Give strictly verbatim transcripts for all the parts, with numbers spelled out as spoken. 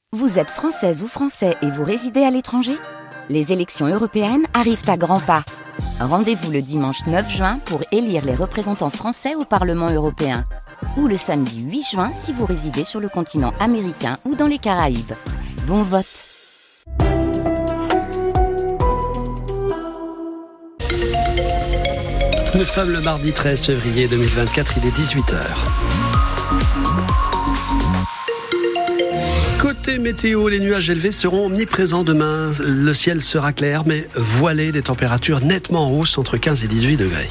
Vous êtes française ou français et vous résidez à l'étranger ? Les élections européennes arrivent à grands pas. Rendez-vous le dimanche neuf juin pour élire les représentants français au Parlement européen. Ou le samedi huit juin si vous résidez sur le continent américain ou dans les Caraïbes. Bon vote! Nous sommes le mardi treize février deux mille vingt-quatre, il est dix-huit heures. Côté météo, les nuages élevés seront omniprésents demain. Le ciel sera clair, mais voilé, des températures nettement en hausse entre quinze et dix-huit degrés.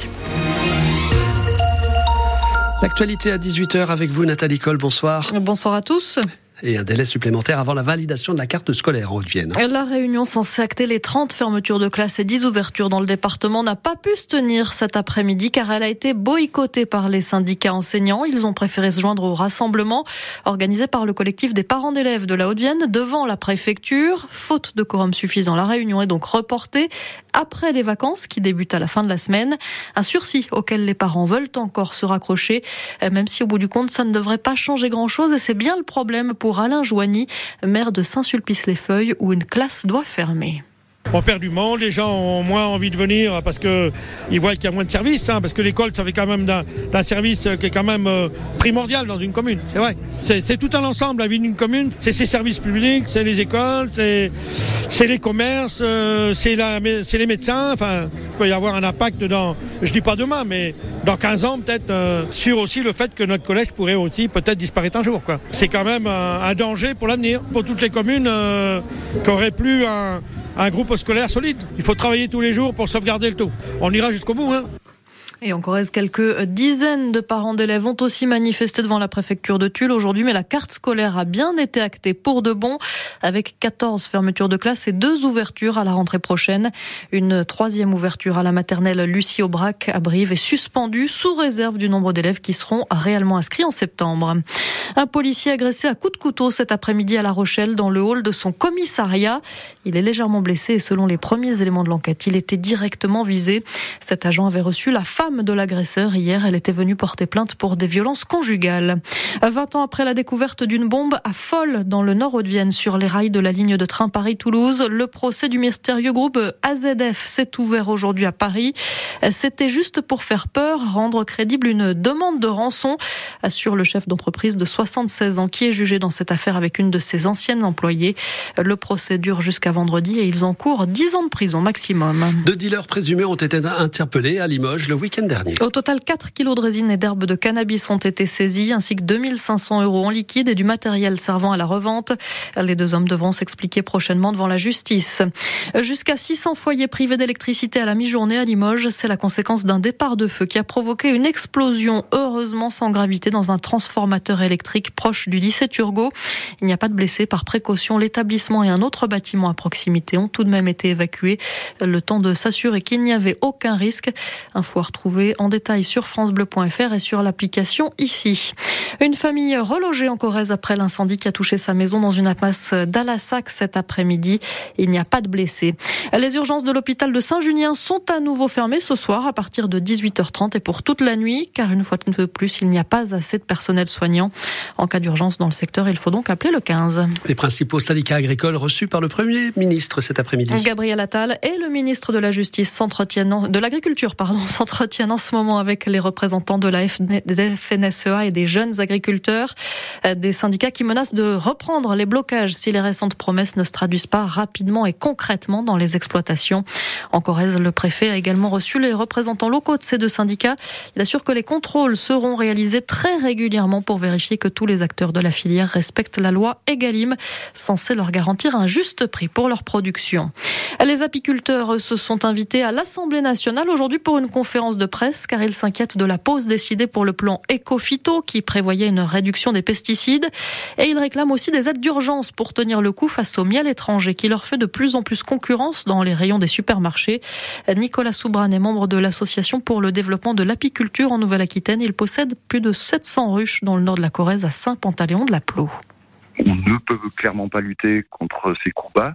L'actualité à dix-huit heures avec vous, Nathalie Coll, bonsoir. Bonsoir à tous. Et un délai supplémentaire avant la validation de la carte scolaire en Haute-Vienne. La réunion censée acter les trente fermetures de classes et dix ouvertures dans le département n'a pas pu se tenir cet après-midi car elle a été boycottée par les syndicats enseignants. Ils ont préféré se joindre au rassemblement organisé par le collectif des parents d'élèves de la Haute-Vienne devant la préfecture. Faute de quorum suffisant, la réunion est donc reportée après les vacances qui débutent à la fin de la semaine. Un sursis auquel les parents veulent encore se raccrocher, même si au bout du compte, ça ne devrait pas changer grand-chose et c'est bien le problème pour Pour Alain Joigny, maire de Saint-Sulpice-les-Feuilles, où une classe doit fermer. On perd du monde, les gens ont moins envie de venir parce qu'ils voient qu'il y a moins de services, hein, parce que l'école, ça fait quand même d'un, d'un service qui est quand même euh, primordial dans une commune, c'est vrai. C'est, c'est tout un ensemble, la vie d'une commune, c'est ses services publics, c'est les écoles, c'est, c'est les commerces, euh, c'est, la, c'est les médecins, enfin, il peut y avoir un impact dans, je dis pas demain, mais dans quinze ans peut-être, euh, sur aussi le fait que notre collège pourrait aussi peut-être disparaître un jour, quoi. C'est quand même un, un danger pour l'avenir, pour toutes les communes euh, qui auraient plus un... un groupe scolaire solide. Il faut travailler tous les jours pour sauvegarder le tout. On ira jusqu'au bout, hein. Et en Corrèze, quelques dizaines de parents d'élèves ont aussi manifesté devant la préfecture de Tulle aujourd'hui, mais la carte scolaire a bien été actée pour de bon, avec quatorze fermetures de classe et deux ouvertures à la rentrée prochaine. Une troisième ouverture à la maternelle Lucie Aubrac à Brive est suspendue sous réserve du nombre d'élèves qui seront réellement inscrits en septembre. Un policier agressé à coups de couteau cet après-midi à La Rochelle dans le hall de son commissariat. Il est légèrement blessé et selon les premiers éléments de l'enquête, il était directement visé. Cet agent avait reçu la femme de l'agresseur. Hier, elle était venue porter plainte pour des violences conjugales. vingt ans après la découverte d'une bombe à Folle, dans le nord Haute-Vienne, sur les rails de la ligne de train Paris-Toulouse, le procès du mystérieux groupe A Z F s'est ouvert aujourd'hui à Paris. C'était juste pour faire peur, rendre crédible une demande de rançon, assure le chef d'entreprise de soixante-seize ans qui est jugé dans cette affaire avec une de ses anciennes employées. Le procès dure jusqu'à vendredi et ils encourent dix ans de prison maximum. Deux dealers présumés ont été interpellés à Limoges le week-end dernier. Au total, quatre kilos de résine et d'herbes de cannabis ont été saisis, ainsi que deux mille cinq cents euros en liquide et du matériel servant à la revente. Les deux hommes devront s'expliquer prochainement devant la justice. Jusqu'à six cents foyers privés d'électricité à la mi-journée à Limoges, c'est la conséquence d'un départ de feu qui a provoqué une explosion, heureusement sans gravité, dans un transformateur électrique proche du lycée Turgot. Il n'y a pas de blessés. Par précaution, l'établissement et un autre bâtiment à proximité ont tout de même été évacués, le temps de s'assurer qu'il n'y avait aucun risque. Info à retrouver en détail sur francebleu point f r et sur l'application ici. Une famille relogée en Corrèze après l'incendie qui a touché sa maison dans une impasse d'Alassac cet après-midi. Il n'y a pas de blessés. Les urgences de l'hôpital de Saint-Junien sont à nouveau fermées ce soir à partir de dix-huit heures trente et pour toute la nuit, car une fois de plus, il n'y a pas assez de personnel soignant. En cas d'urgence dans le secteur, il faut donc appeler le quinze. Les principaux syndicats agricoles reçus par le Premier ministre cet après-midi. Gabriel Attal et le ministre de la Justice s'entretiennent, de l'Agriculture, pardon, s'entretiennent en ce moment avec les représentants de la F N S E A et des jeunes agriculteurs. Des syndicats qui menacent de reprendre les blocages si les récentes promesses ne se traduisent pas rapidement et concrètement dans les exploitations. En Corrèze, le préfet a également reçu les représentants locaux de ces deux syndicats. Il assure que les contrôles seront réalisés très régulièrement pour vérifier que tous les acteurs de la filière respectent la loi Egalim, censée leur garantir un juste prix pour leur production. Les apiculteurs se sont invités à l'Assemblée nationale aujourd'hui pour une conférence de presse car ils s'inquiètent de la pause décidée pour le plan Éco-Phyto qui prévoyait une réduction des pesticides et ils réclament aussi des aides d'urgence pour tenir le coup face au miel étranger qui leur fait de plus en plus concurrence dans les rayons des supermarchés. Nicolas Soubran est membre de l'Association pour le développement de l'apiculture en Nouvelle-Aquitaine. Il possède plus de sept cents ruches dans le nord de la Corrèze à Saint-Pantaléon-de-la-Plot. On ne peut clairement pas lutter contre ces coups bas.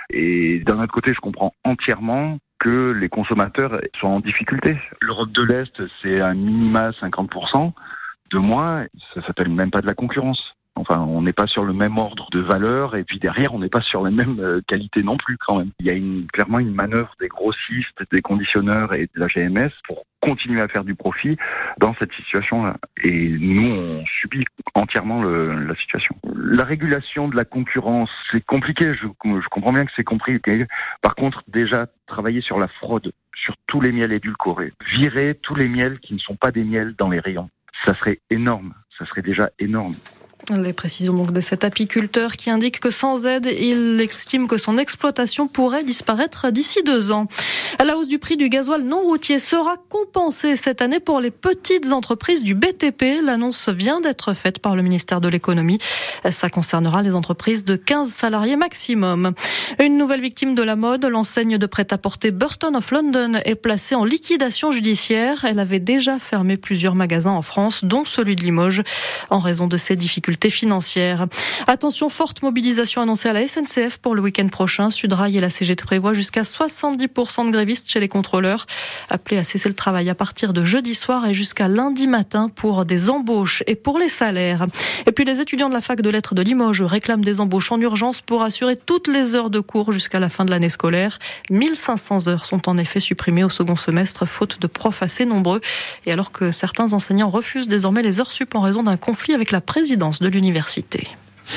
Et d'un autre côté, je comprends entièrement que les consommateurs soient en difficulté. L'Europe de l'Est, c'est un minima cinquante pour cent. De moins, ça s'appelle même pas de la concurrence. Enfin, on n'est pas sur le même ordre de valeur et puis derrière, on n'est pas sur la même euh, qualité non plus quand même. Il y a une, clairement une manœuvre des grossistes, des conditionneurs et de la G M S pour continuer à faire du profit dans cette situation-là. Et nous, on subit entièrement le, la situation. La régulation de la concurrence, c'est compliqué. Je, je comprends bien que c'est compliqué. Par contre, déjà, travailler sur la fraude, sur tous les miels édulcorés, virer tous les miels qui ne sont pas des miels dans les rayons, ça serait énorme. Ça serait déjà énorme. Les précisions donc de cet apiculteur qui indique que sans aide, il estime que son exploitation pourrait disparaître d'ici deux ans. La hausse du prix du gasoil non routier sera compensée cette année pour les petites entreprises du B T P. L'annonce vient d'être faite par le ministère de l'économie. Ça concernera les entreprises de quinze salariés maximum. Une nouvelle victime de la mode, l'enseigne de prêt-à-porter Burton of London est placée en liquidation judiciaire. Elle avait déjà fermé plusieurs magasins en France, dont celui de Limoges, en raison de ses difficultés financières. Attention, forte mobilisation annoncée à la S N C F pour le week-end prochain. Sudrail et la C G T prévoient jusqu'à soixante-dix pour cent de grévistes chez les contrôleurs, appelés à cesser le travail à partir de jeudi soir et jusqu'à lundi matin pour des embauches et pour les salaires. Et puis les étudiants de la fac de lettres de Limoges réclament des embauches en urgence pour assurer toutes les heures de cours jusqu'à la fin de l'année scolaire. mille cinq cents heures sont en effet supprimées au second semestre, faute de profs assez nombreux. Et alors que certains enseignants refusent désormais les heures sup en raison d'un conflit avec la présidence de l'université.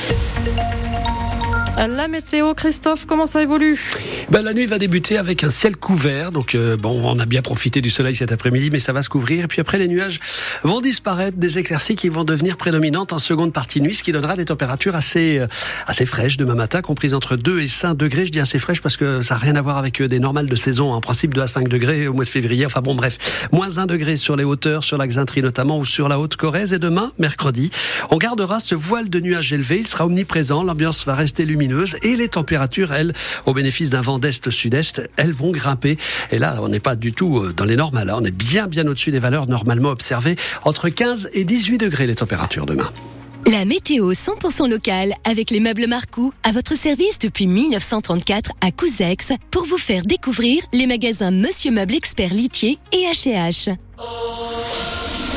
La météo, Christophe, comment ça évolue ? Ben, la nuit va débuter avec un ciel couvert. Donc, euh, bon, on a bien profité du soleil cet après-midi, mais ça va se couvrir. Et puis après, les nuages vont disparaître, des éclaircies qui vont devenir prédominantes en seconde partie de nuit, ce qui donnera des températures assez, euh, assez fraîches demain matin, comprises entre deux et cinq degrés. Je dis assez fraîches parce que ça n'a rien à voir avec des normales de saison. En principe, deux à cinq degrés au mois de février. Enfin bon, bref. Moins un degré sur les hauteurs, sur la Xainterie notamment, ou sur la Haute-Corrèze. Et demain, mercredi, on gardera ce voile de nuages élevé. Il sera omniprésent. L'ambiance va rester lumineuse. Et les températures, elles, au bénéfice d'un vent d'est-sud-est, elles vont grimper. Et là, on n'est pas du tout dans les normales. On est bien, bien au-dessus des valeurs normalement observées. Entre quinze et dix-huit degrés les températures demain. La météo cent pour cent locale avec les meubles Marcoux à votre service depuis dix-neuf cent trente-quatre à Couzex pour vous faire découvrir les magasins Monsieur Meuble Expert Litier et H et H.